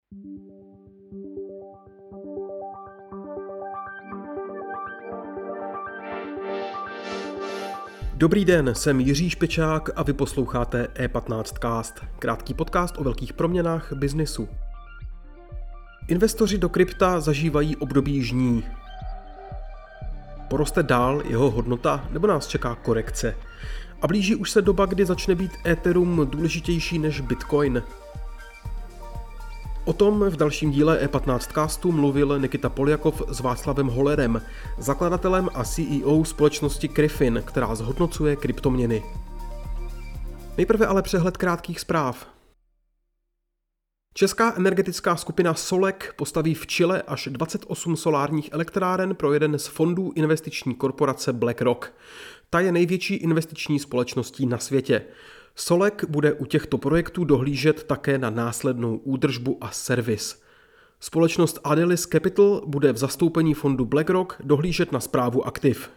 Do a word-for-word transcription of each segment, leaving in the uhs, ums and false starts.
Dobrý den, jsem Jiří Špičák a vy posloucháte E patnáct Cast, krátký podcast o velkých proměnách biznisu. Investoři do krypta zažívají období žní. Poroste dál jeho hodnota nebo nás čeká korekce? A blíží už se doba, kdy začne být Ethereum důležitější než Bitcoin. O tom v dalším díle E patnáct Castu mluvil Nikita Poljakov s Václavem Hollerem, zakladatelem a C E O společnosti Gryphon, která zhodnocuje kryptoměny. Nejprve ale přehled krátkých zpráv. Česká energetická skupina Solec postaví v Chile až dvacet osm solárních elektráren pro jeden z fondů investiční korporace BlackRock. Ta je největší investiční společností na světě. Solec bude u těchto projektů dohlížet také na následnou údržbu a servis. Společnost Adelis Capital bude v zastoupení fondu BlackRock dohlížet na správu aktiv.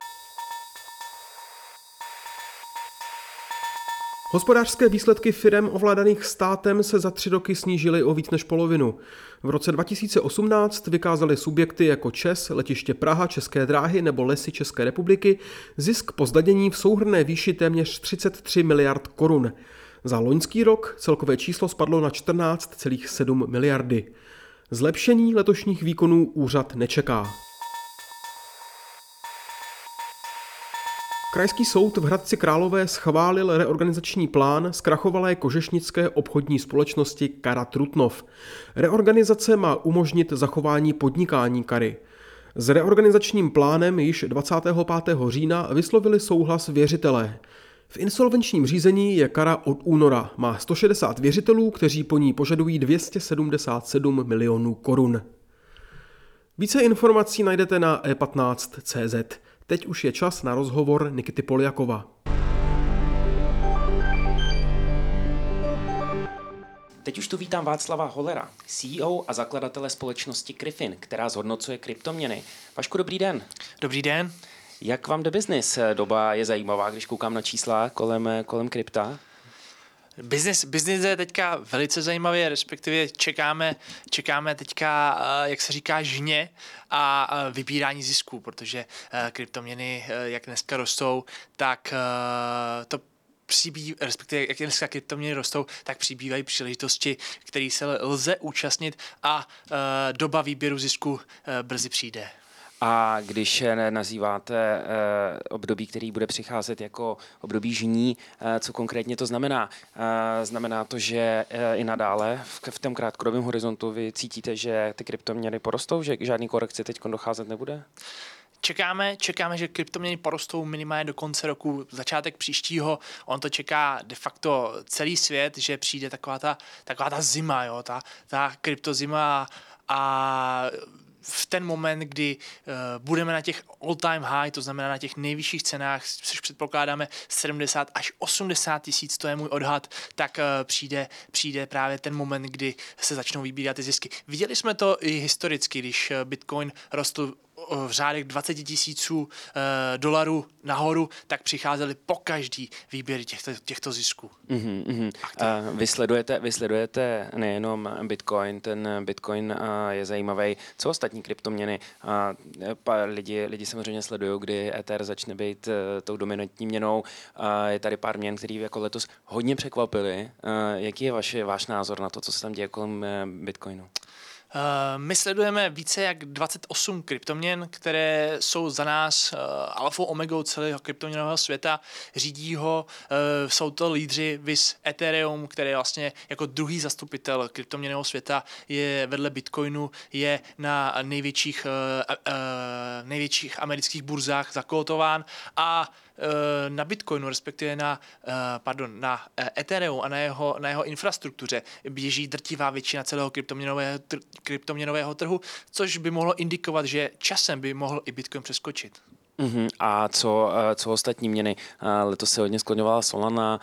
Hospodářské výsledky firem ovládaných státem se za tři roky snížily o víc než polovinu. V roce dva tisíce osmnáct vykázaly subjekty jako ČEZ, Letiště Praha, České dráhy nebo Lesy České republiky zisk po zdanění v souhrnné výši téměř třicet tři miliard korun. Za loňský rok celkové číslo spadlo na čtrnáct celá sedm miliardy. Zlepšení letošních výkonů úřad nečeká. Krajský soud v Hradci Králové schválil reorganizační plán zkrachovalé kožešnické obchodní společnosti Kara Trutnov. Reorganizace má umožnit zachování podnikání Kary. S reorganizačním plánem již dvacátého pátého října vyslovili souhlas věřitelé. V insolvenčním řízení je Kara od února. Má sto šedesát věřitelů, kteří po ní požadují dvě stě sedmdesát sedm milionů korun. Více informací najdete na e patnáct tečka cé zet. Teď už je čas na rozhovor Nikity Poljakova. Teď už tu vítám Václava Hollera, C E O a zakladatele společnosti Gryphon, která zhodnocuje kryptoměny. Vašku, dobrý den. Dobrý den. Jak vám jde biznis? Doba je zajímavá, když koukám na čísla kolem, kolem krypta. Business, business je teďka velice zajímavý, respektive čekáme, čekáme teďka, jak se říká, žně a vybírání zisků, protože kryptoměny, jak dneska rostou, tak to přibývají, respektive jak dneska kryptoměny rostou, tak přibývají příležitosti, které se lze účastnit a doba výběru zisku brzy přijde. A když nazýváte období, který bude přicházet jako období žní, co konkrétně to znamená? Znamená to, že i nadále v tom krátkodobém horizontu vy cítíte, že ty kryptoměny porostou, že žádný korekci teď docházet nebude? Čekáme, čekáme, že kryptoměny porostou minimálně do konce roku, začátek příštího. On to čeká de facto celý svět, že přijde taková ta, taková ta zima, jo, ta, ta kryptozima a v ten moment, kdy uh, budeme na těch all-time high, to znamená na těch nejvyšších cenách, což předpokládáme sedmdesát až osmdesát tisíc, to je můj odhad, tak uh, přijde, přijde právě ten moment, kdy se začnou vybírat ty zisky. Viděli jsme to i historicky, když Bitcoin rostl v řádech dvacet tisíců e, dolarů nahoru, tak přicházeli po každý výběry těchto, těchto zisků. Mm-hmm, mm-hmm. Uh, vy, sledujete, vy sledujete nejenom Bitcoin, ten Bitcoin uh, je zajímavý. Co ostatní kryptoměny? Uh, lidi, lidi samozřejmě sledují, kdy Ether začne být uh, tou dominantní měnou. Uh, je tady pár měn, který jako letos hodně překvapili. Uh, jaký je vaš, váš názor na to, co se tam děje kolem uh, Bitcoinu? Uh, my sledujeme více jak dvacet osm kryptoměn, které jsou za nás uh, alfou omegou celého kryptoměnového světa. Řídí ho, uh, jsou to lídři vis Ethereum, který je vlastně jako druhý zastupitel kryptoměnového světa, je vedle Bitcoinu, je na největších, uh, uh, největších amerických burzách zakotován a na Bitcoinu, respektive na, pardon, na Ethereum a na jeho, na jeho infrastruktuře běží drtivá většina celého kryptoměnového, tr- kryptoměnového trhu, což by mohlo indikovat, že časem by mohl i Bitcoin přeskočit. Uh-huh. A co, co ostatní měny? Letos se hodně skloňovala Solana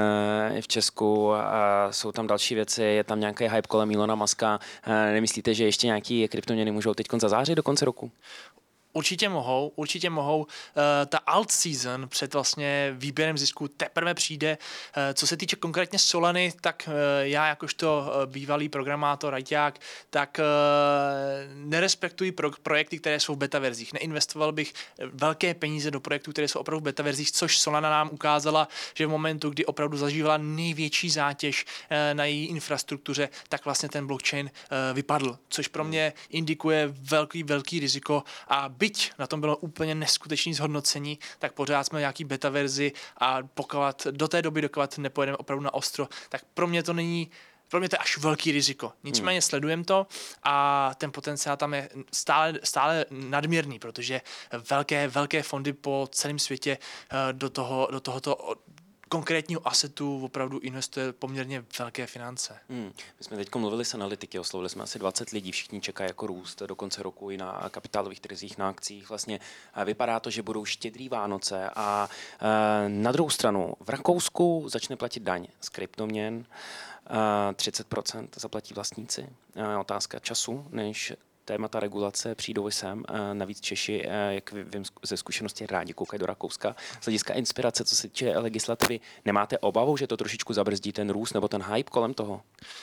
i v Česku, jsou tam další věci, je tam nějaký hype kolem Elona Muska. Nemyslíte, že ještě nějaký kryptoměny můžou teď zazářit do konce roku? Určitě mohou, určitě mohou. Uh, ta alt season před vlastně výběrem zisku teprve přijde. Uh, co se týče konkrétně Solany, tak uh, já jakožto uh, bývalý programátor, ajťák, tak uh, nerespektuji pro- projekty, které jsou v beta verzích. Neinvestoval bych velké peníze do projektů, které jsou opravdu v beta verzích, což Solana nám ukázala, že v momentu, kdy opravdu zažívala největší zátěž uh, na její infrastruktuře, tak vlastně ten blockchain uh, vypadl, což pro mě indikuje velký, velký riziko. A byť na tom bylo úplně neskutečné zhodnocení, tak pořád jsme nějaký beta verzi a pokud do té doby, dokud nepojedeme opravdu na ostro, tak pro mě to není, pro mě to je až velký riziko. Nicméně hmm. sledujeme to a ten potenciál tam je stále, stále nadměrný, protože velké, velké fondy po celém světě do toho, do tohoto konkrétního asetu opravdu investuje poměrně velké finance. Hmm. My jsme teď mluvili s analytiky, oslovili jsme asi dvacet lidí, všichni čekají jako růst do konce roku i na kapitálových trzích, na akcích. Vlastně vypadá to, že budou štědrý Vánoce a e, na druhou stranu v Rakousku začne platit daň z kryptoměn, e, třicet procent zaplatí vlastníci. E, otázka času, než témata regulace přijdou sem. Navíc Češi, jak vím ze zkušenosti, rádi koukají do Rakouska. Z hlediska inspirace, co se týče legislativy, nemáte obavu, že to trošičku zabrzdí ten růst nebo ten hype kolem toho?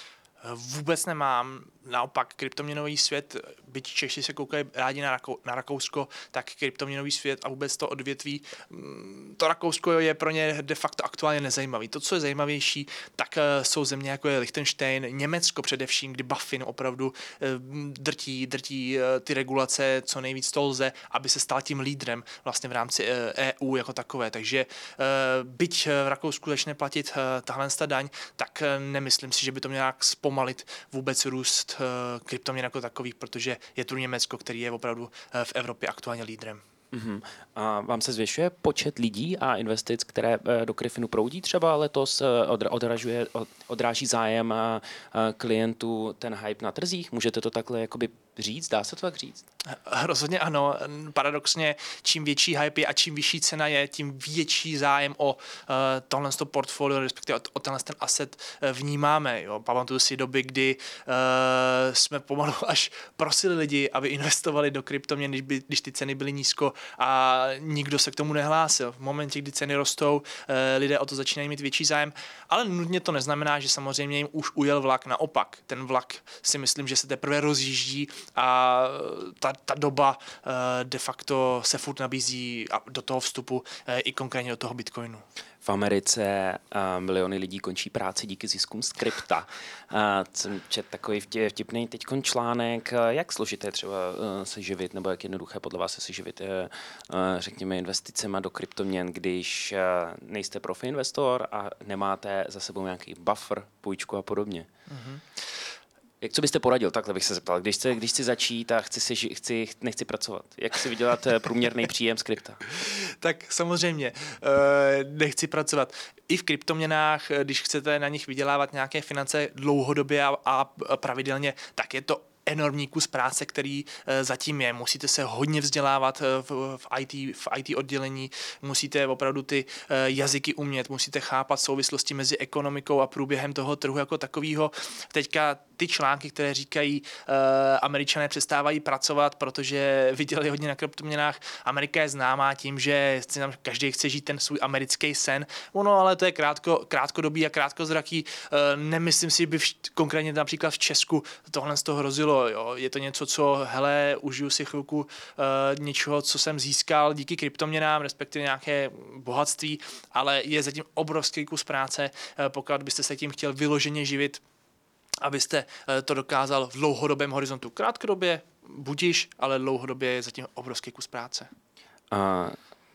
Vůbec nemám. Naopak kryptoměnový svět, byť Češi se koukají rádi na, Rakou, na Rakousko, tak kryptoměnový svět a vůbec to odvětví, to Rakousko je pro ně de facto aktuálně nezajímavý. To, co je zajímavější, tak jsou země jako je Liechtenstein, Německo především, kdy BaFin opravdu drtí, drtí ty regulace, co nejvíc to lze, aby se stal tím lídrem vlastně v rámci E U jako takové. Takže byť v Rakousku začne platit tahle daň, tak nemyslím si, že by to mělo nějak zpomalit vůbec růst kryptoměn jako takových, protože je tu Německo, který je opravdu v Evropě aktuálně lídrem. Uh-huh. A vám se zvětšuje počet lidí a investic, které do Gryphonu proudí třeba letos? Odražuje, odráží zájem klientů ten hype na trzích? Můžete to takhle jakoby říct? Dá se to tak říct? Rozhodně ano. Paradoxně, čím větší hype je a čím vyšší cena je, tím větší zájem o uh, tohle portfolio, respektive o, o tenhle ten asset uh, vnímáme. Jo. Pamatuju si doby, kdy uh, jsme pomalu až prosili lidi, aby investovali do kryptoměn, když, by, když ty ceny byly nízko a nikdo se k tomu nehlásil. V momentě, kdy ceny rostou, uh, lidé o to začínají mít větší zájem, ale nutně to neznamená, že samozřejmě jim už ujel vlak. Naopak, ten vlak si myslím, že se teprve rozjíždí a ta, ta doba uh, de facto se furt nabízí do toho vstupu uh, i konkrétně do toho Bitcoinu. V Americe uh, miliony lidí končí práci díky ziskům z krypta. Uh, jsem čet takový vtipný teďkon článek, uh, jak složité třeba uh, se živit, nebo jak jednoduché podle vás se živit, uh, řekněme, investicema do kryptoměn, když uh, nejste profi investor a nemáte za sebou nějaký buffer, půjčku a podobně. Mm-hmm. Jak co byste poradil? Takhle bych se zeptal. Když chci, když chci začít a chci si, chci, nechci pracovat, jak si vydělat průměrný příjem z krypta? Tak samozřejmě, nechci pracovat. I v kryptoměnách, když chcete na nich vydělávat nějaké finance dlouhodobě a, a pravidelně, tak je to enormní kus práce, který zatím je. Musíte se hodně vzdělávat v, v, í té, v í té oddělení, musíte opravdu ty jazyky umět, musíte chápat souvislosti mezi ekonomikou a průběhem toho trhu jako takového. Teďka ty články, které říkají, uh, Američané přestávají pracovat, protože vydělali hodně na kryptoměnách. Amerika je známá tím, že každý chce žít ten svůj americký sen. Ono, ale to je krátko, krátkodobý a krátkozraký. Uh, nemyslím si, že by v, konkrétně například v Česku tohle z toho hrozilo. Jo. Je to něco, co, hele, užiju si chvilku uh, něčeho, co jsem získal díky kryptoměnám, respektive nějaké bohatství, ale je zatím obrovský kus práce, uh, pokud byste se tím chtěl vyloženě živit, abyste to dokázal v dlouhodobém horizontu. Krátkodobě budiš, ale dlouhodobě je zatím obrovský kus práce. Uh,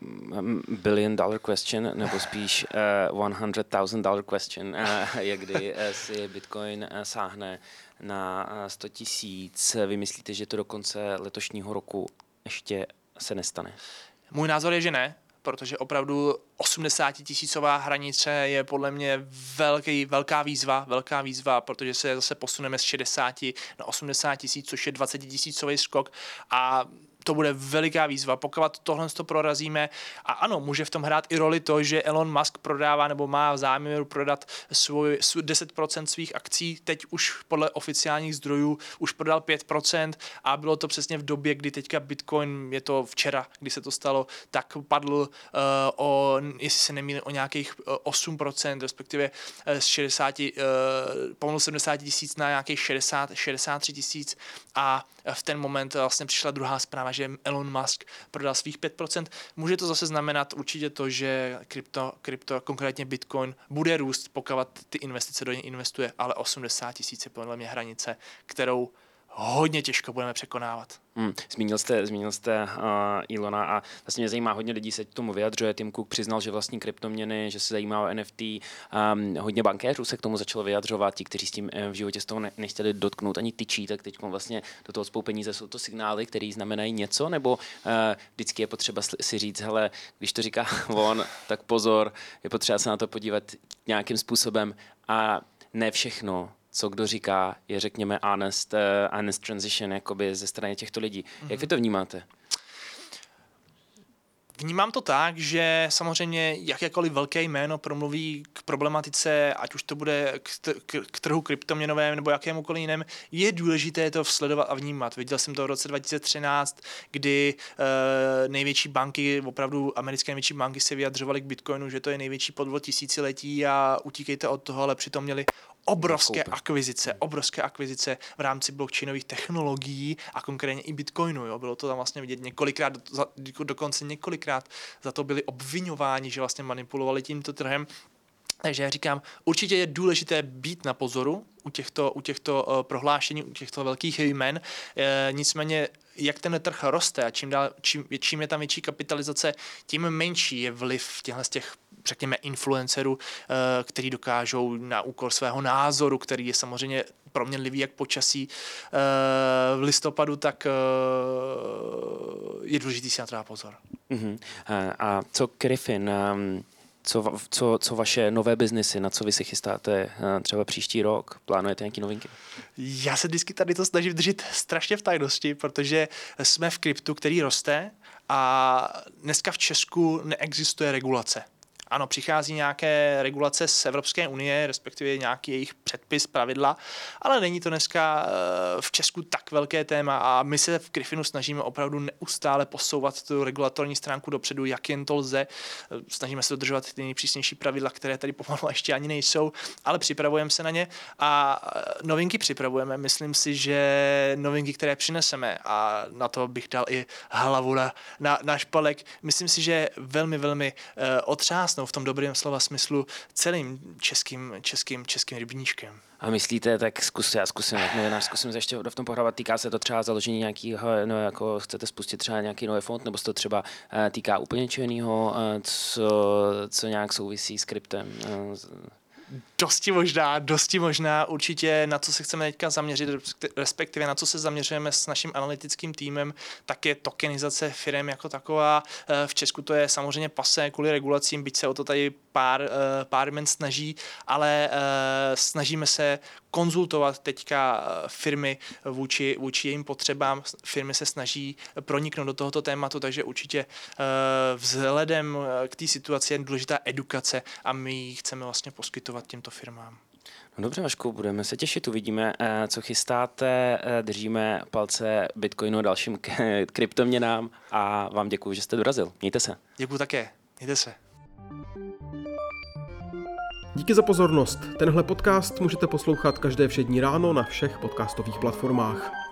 billion dollar question, nebo spíš uh, one hundred thousand dollar question, uh, jak kdy uh, si Bitcoin uh, sáhne na uh, sto tisíc. Vy myslíte, že to do konce letošního roku ještě se nestane? Můj názor je, že ne, protože opravdu osmdesátitisícová hranice je podle mě velký, velká výzva, velká výzva, protože se zase posuneme z šedesáti na osmdesát tisíc, což je dvacetitisícový skok a to bude veliká výzva, pokud tohle to prorazíme. A ano, může v tom hrát i roli to, že Elon Musk prodává nebo má v záměru prodat svůj, deset procent svých akcí, teď už podle oficiálních zdrojů už prodal pět procent a bylo to přesně v době, kdy teďka Bitcoin, je to včera, kdy se to stalo, tak padl uh, o, jestli se nemýlím, o nějakých uh, osm procent, respektive uh, z šedesát, uh, pomalu sedmdesát tisíc na nějakých šedesát, šedesát tři tisíc a v ten moment vlastně přišla druhá zpráva, že Elon Musk prodal svých pět procent. Může to zase znamenat určitě to, že krypto, krypto konkrétně Bitcoin, bude růst, pokud ty investice do něj investuje, ale osmdesát tisíc je podle mě hranice, kterou hodně těžko budeme překonávat. Hmm. Zmínil jste, zmínil jste uh, Elona a vlastně mě zajímá, hodně lidí se k tomu vyjadřuje. Tim Cook přiznal, že vlastní kryptoměny, že se zajímá o N F T. Um, hodně bankéřů se k tomu začalo vyjadřovat. Ti, kteří s tím v životě z toho ne- nechtěli dotknout ani tyčí, tak teď vlastně do toho spou peníze. Jsou to signály, které znamenají něco, nebo uh, vždycky je potřeba si říct, hele, když to říká on, tak pozor, je potřeba se na to podívat nějakým způsobem a ne všechno, co kdo říká, je řekněme honest, uh, honest transition jakoby ze strany těchto lidí. Mm-hmm. Jak vy to vnímáte? Vnímám to tak, že samozřejmě jakékoliv velké jméno promluví k problematice, ať už to bude k, k, k trhu kryptoměnovém nebo jakémukoliv jiném, je důležité to sledovat a vnímat. Viděl jsem to v roce dva tisíce třináct, kdy e, největší banky, opravdu americké největší banky se vyjadřovaly k Bitcoinu, že to je největší podvod tisíciletí a utíkejte od toho, ale přitom měli obrovské akvizice, obrovské akvizice v rámci blockchainových technologií a konkrétně i Bitcoinu. Jo. Bylo to tam vlastně vidět několikrát, dokonce několikrát za to byli obvinováni, že vlastně manipulovali tímto trhem. Takže já říkám, určitě je důležité být na pozoru u těchto, u těchto uh, prohlášení, u těchto velkých jmen. E, nicméně, jak ten trh roste a čím, dál, čím, čím je tam větší kapitalizace, tím menší je vliv těchto z těch, řekněme, influencerů, uh, který dokážou na úkor svého názoru, který je samozřejmě proměnlivý jak počasí uh, v listopadu, tak uh, je důležitý si na to dát pozor. Uh-huh. A co Griffin? Um... Co, co, co vaše nové biznesy, na co vy si chystáte třeba příští rok? Plánujete nějaké novinky? Já se vždycky tady to snažím držet strašně v tajnosti, protože jsme v kryptu, který roste a dneska v Česku neexistuje regulace. Ano, přichází nějaké regulace z Evropské unie, respektive nějaký jejich předpis, pravidla, ale není to dneska v Česku tak velké téma a my se v Griffinu snažíme opravdu neustále posouvat tu regulatorní stránku dopředu, jak jen to lze. Snažíme se dodržovat ty nejpřísnější pravidla, které tady pomalu ještě ani nejsou, ale připravujeme se na ně a novinky připravujeme. Myslím si, že novinky, které přineseme, a na to bych dal i hlavu na, na, na špalek, myslím si, že velmi, velmi uh, otřásnou v tom dobrém slova smyslu celým českým, českým, českým rybníčkem. A myslíte, tak zkus, já zkusím, jak novinář, zkusím se ještě v tom pohrávat, týká se to třeba založení nějakého, no jako chcete spustit třeba nějaký nový fond, nebo se to třeba uh, týká úplně něčeho jiného, uh, co, co nějak souvisí s kryptem? Uh, Dosti možná, dosti možná, určitě na co se chceme teďka zaměřit, respektive na co se zaměřujeme s naším analytickým týmem, tak je tokenizace firem jako taková. V Česku to je samozřejmě pasé kvůli regulacím, byť se o to tady pár, pár men snaží, ale snažíme se konzultovat teďka firmy vůči, vůči jejím potřebám. Firmy se snaží proniknout do tohoto tématu, takže určitě vzhledem k té situaci je důležitá edukace a my ji chceme vlastně poskytovat těmto firmám. No dobře, Vašku, budeme se těšit, uvidíme, co chystáte, držíme palce Bitcoinu a dalším kryptoměnám a vám děkuji, že jste dorazil. Mějte se. Děkuji také. Mějte se. Díky za pozornost. Tenhle podcast můžete poslouchat každé všední ráno na všech podcastových platformách.